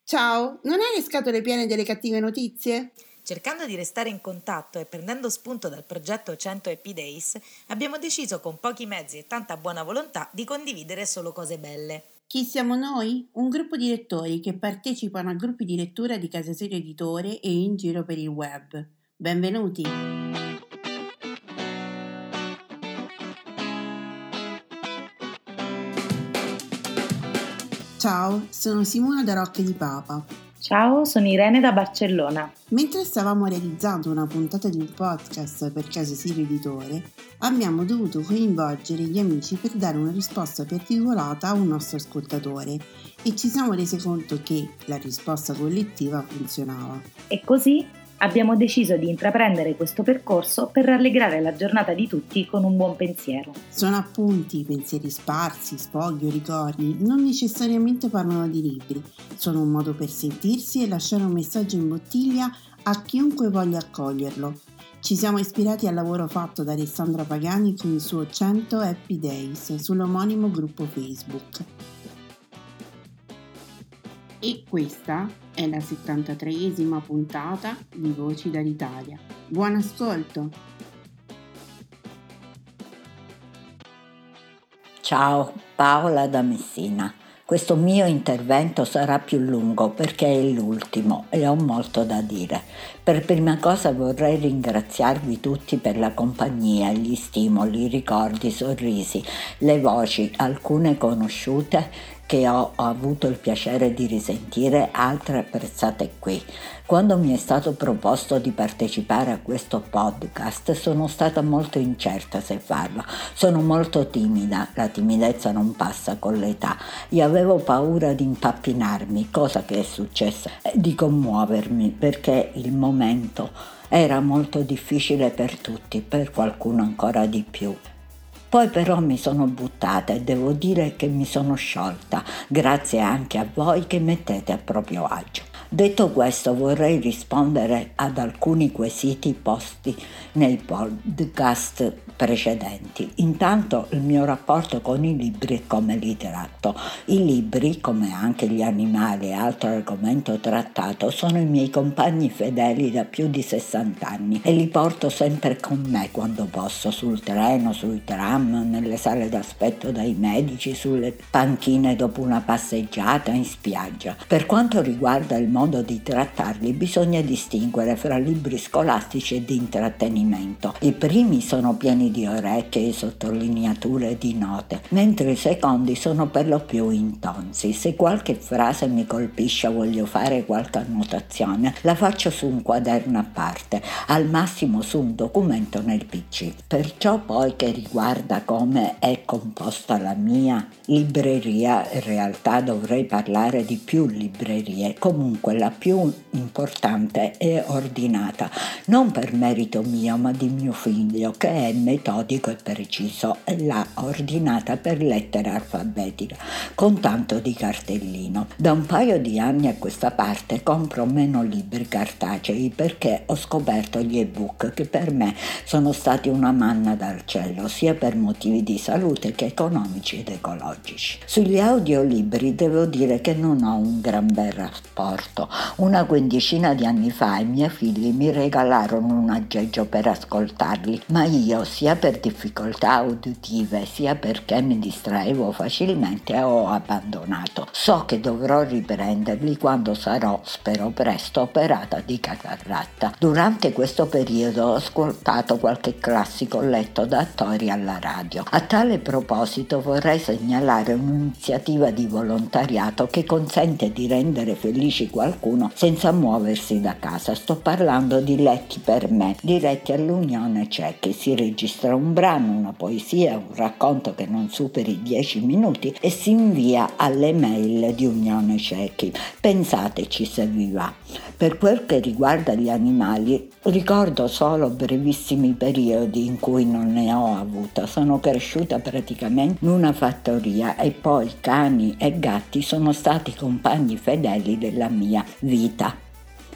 Ciao, non hai le scatole piene delle cattive notizie? Cercando di restare in contatto e prendendo spunto dal progetto 100 Happy Days, abbiamo deciso con pochi mezzi e tanta buona volontà di condividere solo cose belle. Chi siamo noi? Un gruppo di lettori che partecipano a gruppi di lettura di Casa Serio Editore e in giro per il web. Benvenuti! Ciao, sono Simona da Rocche di Papa. Ciao, sono Irene da Barcellona. Mentre stavamo realizzando una puntata di un podcast per Casa Serio Editore, abbiamo dovuto coinvolgere gli amici per dare una risposta più articolata a un nostro ascoltatore e ci siamo resi conto che la risposta collettiva funzionava. E così abbiamo deciso di intraprendere questo percorso per rallegrare la giornata di tutti con un buon pensiero. Sono appunti, pensieri sparsi, sfoghi o ricordi, non necessariamente parlano di libri, sono un modo per sentirsi e lasciare un messaggio in bottiglia a chiunque voglia accoglierlo. Ci siamo ispirati al lavoro fatto da Alessandra Pagani con il suo 100 Happy Days sull'omonimo gruppo Facebook. E questa è la 73esima puntata di Voci dall'Italia. Buon ascolto! Ciao, Paola da Messina. Questo mio intervento sarà più lungo perché è l'ultimo e ho molto da dire. Per prima cosa vorrei ringraziarvi tutti per la compagnia, gli stimoli, i ricordi, i sorrisi, le voci, alcune conosciute che ho avuto il piacere di risentire, altre apprezzate qui. Quando mi è stato proposto di partecipare a questo podcast sono stata molto incerta se farlo. Sono molto timida, la timidezza non passa con l'età. Io avevo paura di impappinarmi, cosa che è successa, e di commuovermi perché il momento era molto difficile per tutti, per qualcuno ancora di più. Poi però mi sono buttata e devo dire che mi sono sciolta, grazie anche a voi che mettete a proprio agio. Detto questo, vorrei rispondere ad alcuni quesiti posti nei podcast precedenti. Intanto il mio rapporto con i libri e come li tratto. I libri, come anche gli animali, altro argomento trattato, sono i miei compagni fedeli da più di 60 anni e li porto sempre con me quando posso, sul treno, sui tram, nelle sale d'aspetto dai medici, sulle panchine dopo una passeggiata, in spiaggia. Per quanto riguarda il modo di trattarli, bisogna distinguere fra libri scolastici e di intrattenimento. I primi sono pieni di orecchie, sottolineature e di note, mentre i secondi sono per lo più intonsi. Se qualche frase mi colpisce o voglio fare qualche annotazione, la faccio su un quaderno a parte, al massimo su un documento nel PC. Perciò poi che riguarda come è composta la mia libreria, in realtà dovrei parlare di più librerie. Comunque la più importante è ordinata, non per merito mio ma di mio figlio, che è metodico e preciso, e l'ha ordinata per lettera alfabetica con tanto di cartellino. Da un paio di anni a questa parte compro meno libri cartacei perché ho scoperto gli ebook che per me sono stati una manna dal cielo, sia per motivi di salute che economici ed ecologici. Sugli audiolibri devo dire che non ho un gran bel rapporto. Una quindicina di anni fa i miei figli mi regalarono un aggeggio per ascoltarli, ma io, sia per difficoltà uditive sia perché mi distraevo facilmente, ho abbandonato. So che dovrò riprenderli quando sarò, spero presto, operata di cataratta. Durante questo periodo ho ascoltato qualche classico letto da attori alla radio. A tale proposito vorrei segnalare un'iniziativa di volontariato che consente di rendere felici qualcuno senza muoversi da casa. Sto parlando di Letti per me, diretti all'Unione Cechi. Si registra un brano, una poesia, un racconto che non superi 10 minuti e si invia alle mail di Unione Cechi. Pensateci se vi va. Per quel che riguarda gli animali, ricordo solo brevissimi periodi in cui non ne ho avuta. Sono cresciuta praticamente in una fattoria e poi cani e gatti sono stati compagni fedeli della mia vita.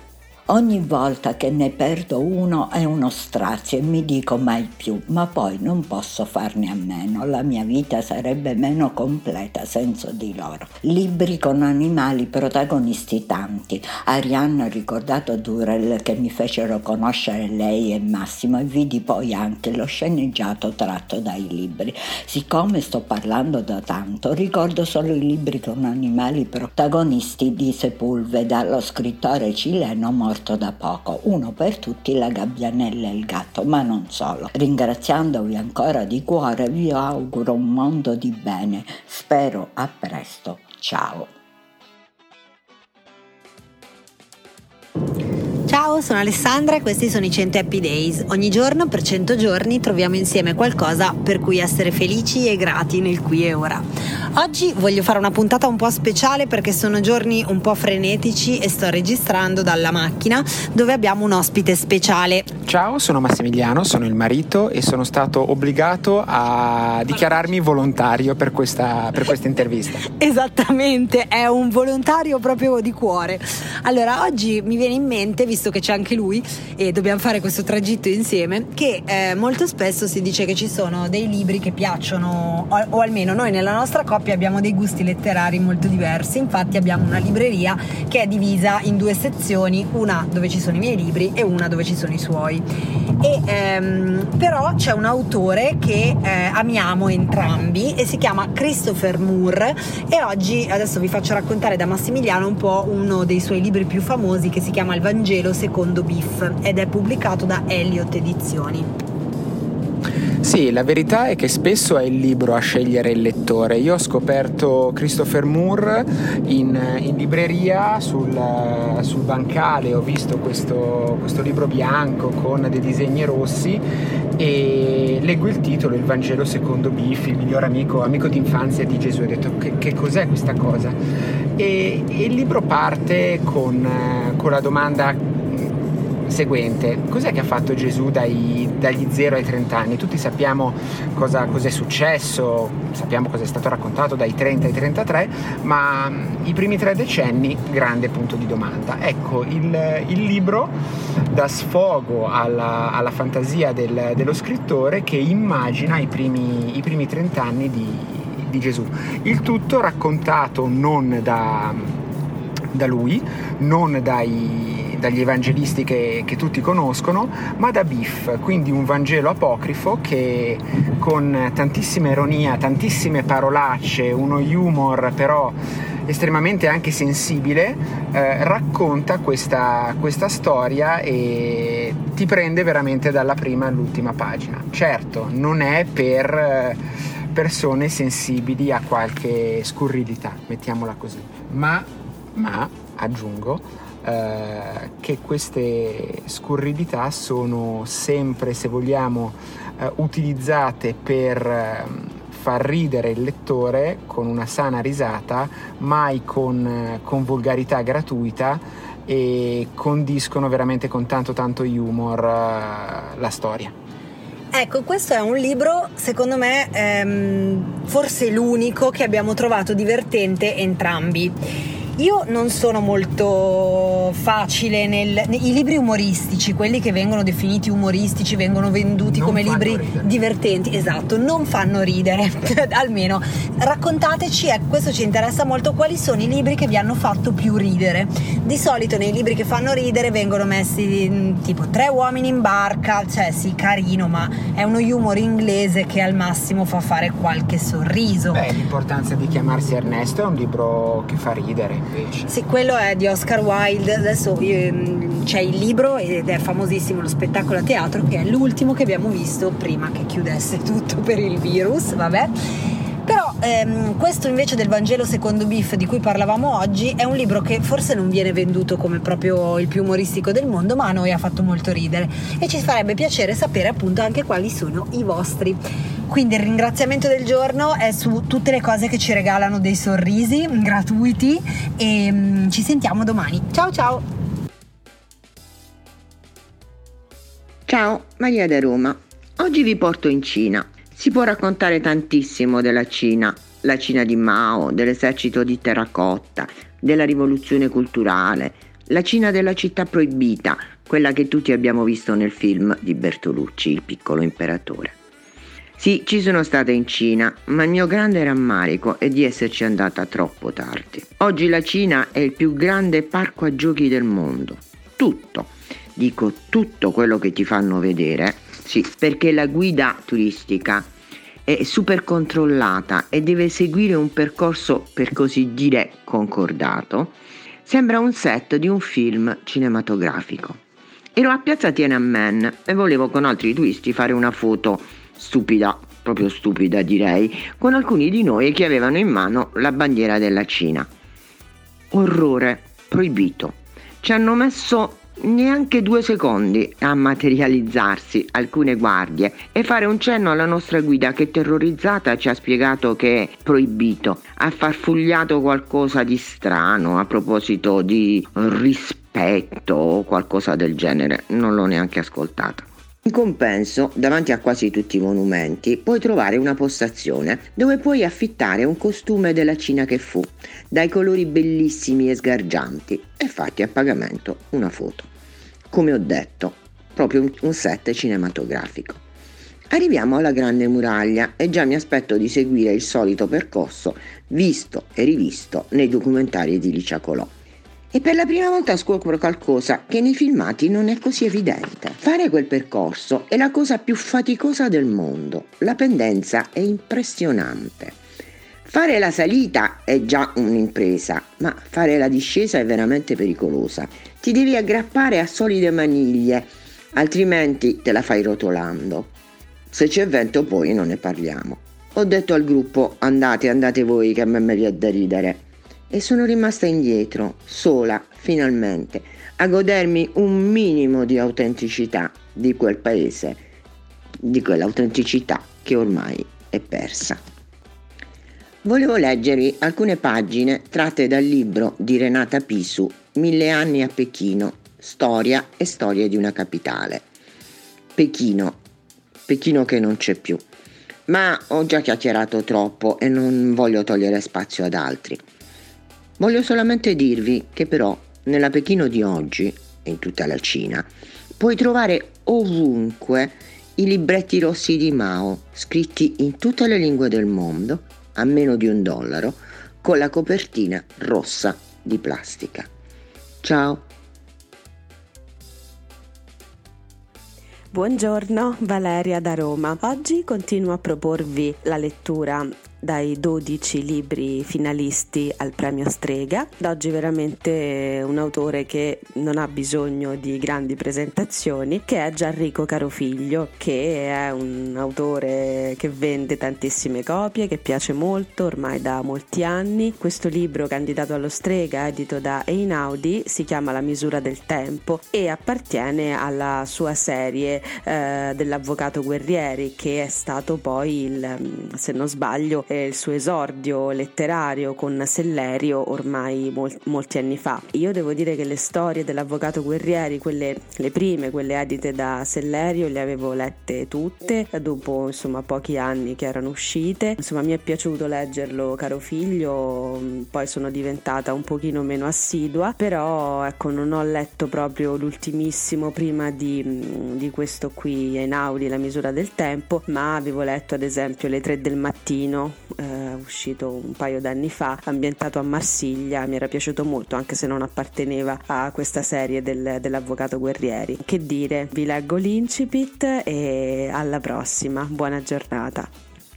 Ogni volta che ne perdo uno è uno strazio e mi dico mai più, ma poi non posso farne a meno, la mia vita sarebbe meno completa senza di loro. Libri con animali protagonisti tanti. Arianna ha ricordato Durrell che mi fecero conoscere lei e Massimo, e vidi poi anche lo sceneggiato tratto dai libri. Siccome sto parlando da tanto, ricordo solo i libri con animali protagonisti di Sepúlveda, lo scrittore cileno morto da poco, uno per tutti La gabbianella e il gatto, ma non solo. Ringraziandovi ancora di cuore, vi auguro un mondo di bene, spero a presto, ciao. Ciao, sono Alessandra e questi sono i 100 Happy Days. Ogni giorno per 100 giorni troviamo insieme qualcosa per cui essere felici e grati nel qui e ora. Oggi voglio fare una puntata un po' speciale perché sono giorni un po' frenetici e sto registrando dalla macchina dove abbiamo un ospite speciale. Ciao, sono Massimiliano, sono il marito e sono stato obbligato a dichiararmi volontario per questa intervista. Esattamente, è un volontario proprio di cuore. Allora, oggi mi viene in mente, visto che c'è anche lui e dobbiamo fare questo tragitto insieme, che molto spesso si dice che ci sono dei libri che piacciono, o almeno noi nella nostra coppia abbiamo dei gusti letterari molto diversi. Infatti abbiamo una libreria che è divisa in due sezioni, una dove ci sono i miei libri e una dove ci sono i suoi. Però c'è un autore che amiamo entrambi e si chiama Christopher Moore, e oggi adesso vi faccio raccontare da Massimiliano un po' uno dei suoi libri più famosi, che si chiama Il Vangelo secondo Biff ed è pubblicato da Eliot Edizioni. Sì, la verità è che spesso è il libro a scegliere il lettore. Io ho scoperto Christopher Moore in libreria sul bancale, ho visto questo libro bianco con dei disegni rossi e leggo il titolo, Il Vangelo secondo Biff, il miglior amico d'infanzia di Gesù. Ho detto che cos'è questa cosa? E il libro parte con la domanda seguente: cos'è che ha fatto Gesù dagli 0 ai 30 anni? Tutti sappiamo cosa è successo, sappiamo cosa è stato raccontato dai 30 ai 33, ma i primi 3 decenni, grande punto di domanda. Ecco, il libro dà sfogo alla fantasia dello scrittore, che immagina i primi 30 anni di Gesù. Il tutto raccontato non da lui, non dagli evangelisti che tutti conoscono, ma da Biff, quindi un Vangelo apocrifo che, con tantissima ironia, tantissime parolacce, uno humor però estremamente anche sensibile, racconta questa storia e ti prende veramente dalla prima all'ultima pagina. Certo, non è per persone sensibili a qualche scurrilità, mettiamola così, ma aggiungo che queste scurrilità sono sempre, se vogliamo, utilizzate per far ridere il lettore con una sana risata, mai con volgarità gratuita, e condiscono veramente con tanto humor la storia. Ecco, questo è un libro, secondo me, forse l'unico che abbiamo trovato divertente entrambi. Io non sono molto facile i libri umoristici, quelli che vengono definiti umoristici, vengono venduti come libri divertenti, esatto, non fanno ridere. Almeno raccontateci, questo ci interessa molto, quali sono i libri che vi hanno fatto più ridere. Di solito nei libri che fanno ridere vengono messi tipo 3 uomini in barca, cioè sì, carino, ma è uno humor inglese che al massimo fa fare qualche sorriso. L'importanza di chiamarsi Ernesto è un libro che fa ridere. Sì, quello è di Oscar Wilde. Adesso c'è il libro ed è famosissimo lo spettacolo a teatro, che è l'ultimo che abbiamo visto prima che chiudesse tutto per il virus, vabbè. Però questo invece del Vangelo secondo Biff, di cui parlavamo oggi, è un libro che forse non viene venduto come proprio il più umoristico del mondo, ma a noi ha fatto molto ridere e ci farebbe piacere sapere appunto anche quali sono i vostri. Quindi il ringraziamento del giorno è su tutte le cose che ci regalano dei sorrisi gratuiti e ci sentiamo domani. Ciao ciao! Ciao, Maria da Roma. Oggi vi porto in Cina. Si può raccontare tantissimo della Cina, la Cina di Mao, dell'esercito di terracotta, della rivoluzione culturale, La Cina della città proibita, quella che tutti abbiamo visto nel film di Bertolucci, Il piccolo imperatore. Sì, ci sono stata in Cina, ma il mio grande rammarico è di esserci andata troppo tardi. Oggi la Cina è il più grande parco a giochi del mondo. Tutto quello che ti fanno vedere, sì, perché la guida turistica è super controllata e deve seguire un percorso, per così dire, concordato. Sembra un set di un film cinematografico. Ero a piazza Tiananmen e volevo con altri turisti fare una foto stupida, proprio stupida direi, con alcuni di noi che avevano in mano la bandiera della Cina. Orrore, proibito. Ci hanno messo neanche 2 secondi a materializzarsi alcune guardie e fare un cenno alla nostra guida che, terrorizzata, ci ha spiegato che è proibito. Ha farfugliato qualcosa di strano a proposito di rispetto o qualcosa del genere, non l'ho neanche ascoltata. In compenso, davanti a quasi tutti i monumenti, puoi trovare una postazione dove puoi affittare un costume della Cina che fu, dai colori bellissimi e sgargianti, e farti a pagamento una foto. Come ho detto, proprio un set cinematografico. Arriviamo alla Grande Muraglia e già mi aspetto di seguire il solito percorso visto e rivisto nei documentari di Licia Colò. E per la prima volta scopro qualcosa che nei filmati non è così evidente. Fare quel percorso è la cosa più faticosa del mondo. La pendenza è impressionante. Fare la salita è già un'impresa, ma fare la discesa è veramente pericolosa. Ti devi aggrappare a solide maniglie, altrimenti te la fai rotolando. Se c'è vento poi non ne parliamo. Ho detto al gruppo: andate voi che a me mi viene da ridere. E sono rimasta indietro, sola, finalmente, a godermi un minimo di autenticità di quel paese, di quell'autenticità che ormai è persa. Volevo leggervi alcune pagine tratte dal libro di Renata Pisu, 1000 anni a Pechino, storia e storie di una capitale. Pechino che non c'è più, ma ho già chiacchierato troppo e non voglio togliere spazio ad altri. Voglio solamente dirvi che però nella Pechino di oggi e in tutta la Cina puoi trovare ovunque i libretti rossi di Mao, scritti in tutte le lingue del mondo a meno di $1, con la copertina rossa di plastica. Ciao! Buongiorno, Valeria da Roma. Oggi continuo a proporvi la lettura dai 12 libri finalisti al premio Strega. D'oggi veramente un autore che non ha bisogno di grandi presentazioni, che è Gianrico Carofiglio, che è un autore che vende tantissime copie, che piace molto ormai da molti anni. Questo libro, candidato allo Strega, edito da Einaudi, si chiama La misura del tempo e appartiene alla sua serie dell'avvocato Guerrieri, che è stato poi se non sbaglio il suo esordio letterario con Sellerio ormai molti anni fa. Io devo dire che le storie dell'avvocato Guerrieri, le prime, quelle edite da Sellerio, le avevo lette tutte dopo pochi anni che erano uscite. Mi è piaciuto leggerlo Carofiglio, poi sono diventata un pochino meno assidua, però ecco, non ho letto proprio l'ultimissimo prima di questo qui, Einaudi, La misura del tempo, ma avevo letto ad esempio Le 3 del mattino, uscito un paio d'anni fa, ambientato a Marsiglia. Mi era piaciuto molto, anche se non apparteneva a questa serie dell'avvocato Guerrieri. Che dire, vi leggo l'incipit e alla prossima, buona giornata.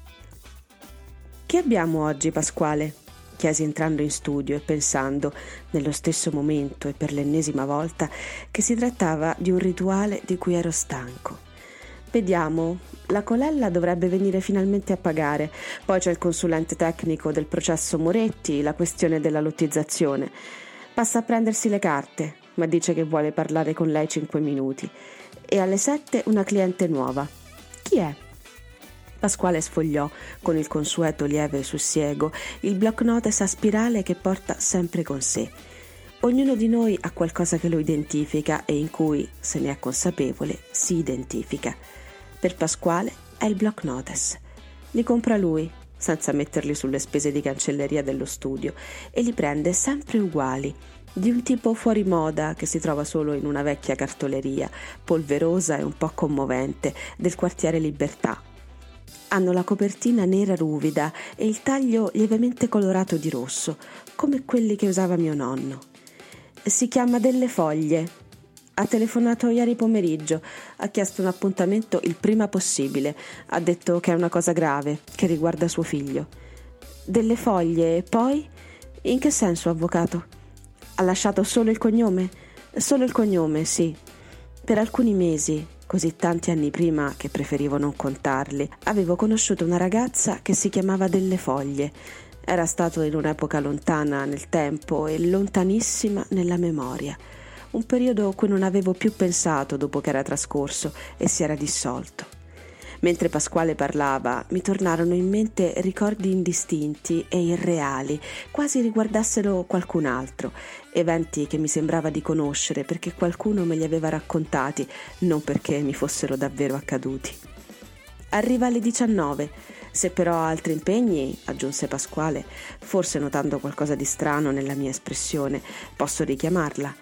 Che abbiamo oggi, Pasquale? Chiesi entrando in studio e pensando, nello stesso momento e per l'ennesima volta, che si trattava di un rituale di cui ero stanco. Vediamo, la Colella dovrebbe venire finalmente a pagare, poi c'è il consulente tecnico del processo Moretti, la questione della lottizzazione. Passa a prendersi le carte, ma dice che vuole parlare con lei 5 minuti. E alle 7 una cliente nuova. Chi è? Pasquale sfogliò, con il consueto lieve sussiego, il block notes a spirale che porta sempre con sé. Ognuno di noi ha qualcosa che lo identifica e in cui, se ne è consapevole, si identifica. Per Pasquale è il block notes. Li compra lui, senza metterli sulle spese di cancelleria dello studio, e li prende sempre uguali, di un tipo fuori moda che si trova solo in una vecchia cartoleria, polverosa e un po' commovente, del quartiere Libertà. Hanno la copertina nera ruvida e il taglio lievemente colorato di rosso, come quelli che usava mio nonno. Si chiama Delle Foglie. Ha telefonato ieri pomeriggio, ha chiesto un appuntamento il prima possibile, ha detto che è una cosa grave, che riguarda suo figlio. Delle Foglie e poi? In che senso, avvocato? Ha lasciato solo il cognome? Solo il cognome, sì. Per alcuni mesi, così tanti anni prima che preferivo non contarli, avevo conosciuto una ragazza che si chiamava Delle Foglie. Era stato in un'epoca lontana nel tempo e lontanissima nella memoria. Un periodo cui non avevo più pensato dopo che era trascorso e si era dissolto. Mentre Pasquale parlava, mi tornarono in mente ricordi indistinti e irreali, quasi riguardassero qualcun altro, eventi che mi sembrava di conoscere perché qualcuno me li aveva raccontati, non perché mi fossero davvero accaduti. Arriva alle 19. Se però ha altri impegni, aggiunse Pasquale, forse notando qualcosa di strano nella mia espressione, posso richiamarla.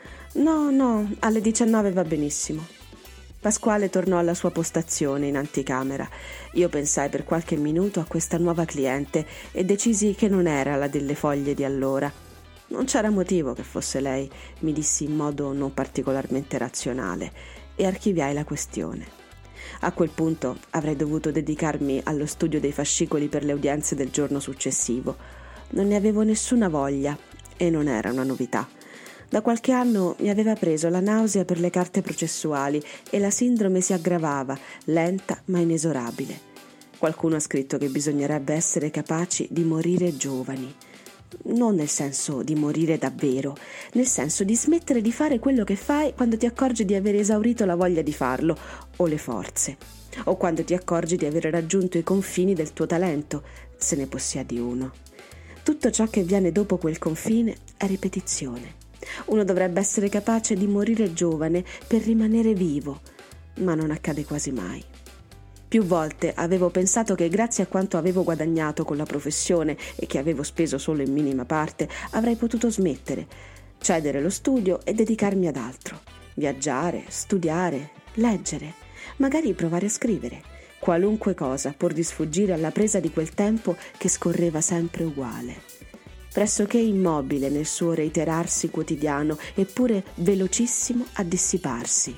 No, alle 19 va benissimo. Pasquale tornò alla sua postazione in anticamera. Io pensai per qualche minuto a questa nuova cliente e decisi che non era la Delle Foglie di allora. Non c'era motivo che fosse lei, mi dissi in modo non particolarmente razionale, e archiviai la questione. A quel punto avrei dovuto dedicarmi allo studio dei fascicoli per le udienze del giorno successivo. Non ne avevo nessuna voglia e non era una novità. Da qualche anno mi aveva preso la nausea per le carte processuali e la sindrome si aggravava, lenta ma inesorabile. Qualcuno ha scritto che bisognerebbe essere capaci di morire giovani. Non nel senso di morire davvero, nel senso di smettere di fare quello che fai quando ti accorgi di aver esaurito la voglia di farlo, o le forze, o quando ti accorgi di aver raggiunto i confini del tuo talento, se ne possiedi uno. Tutto ciò che viene dopo quel confine è ripetizione. Uno dovrebbe essere capace di morire giovane per rimanere vivo, ma non accade quasi mai. Più volte avevo pensato che grazie a quanto avevo guadagnato con la professione e che avevo speso solo in minima parte, avrei potuto smettere, cedere lo studio e dedicarmi ad altro. Viaggiare, studiare, leggere, magari provare a scrivere, qualunque cosa pur di sfuggire alla presa di quel tempo che scorreva sempre uguale. Pressoché immobile nel suo reiterarsi quotidiano, eppure velocissimo a dissiparsi.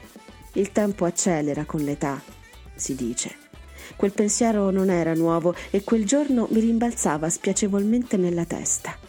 Il tempo accelera con l'età, si dice. Quel pensiero non era nuovo e quel giorno mi rimbalzava spiacevolmente nella testa.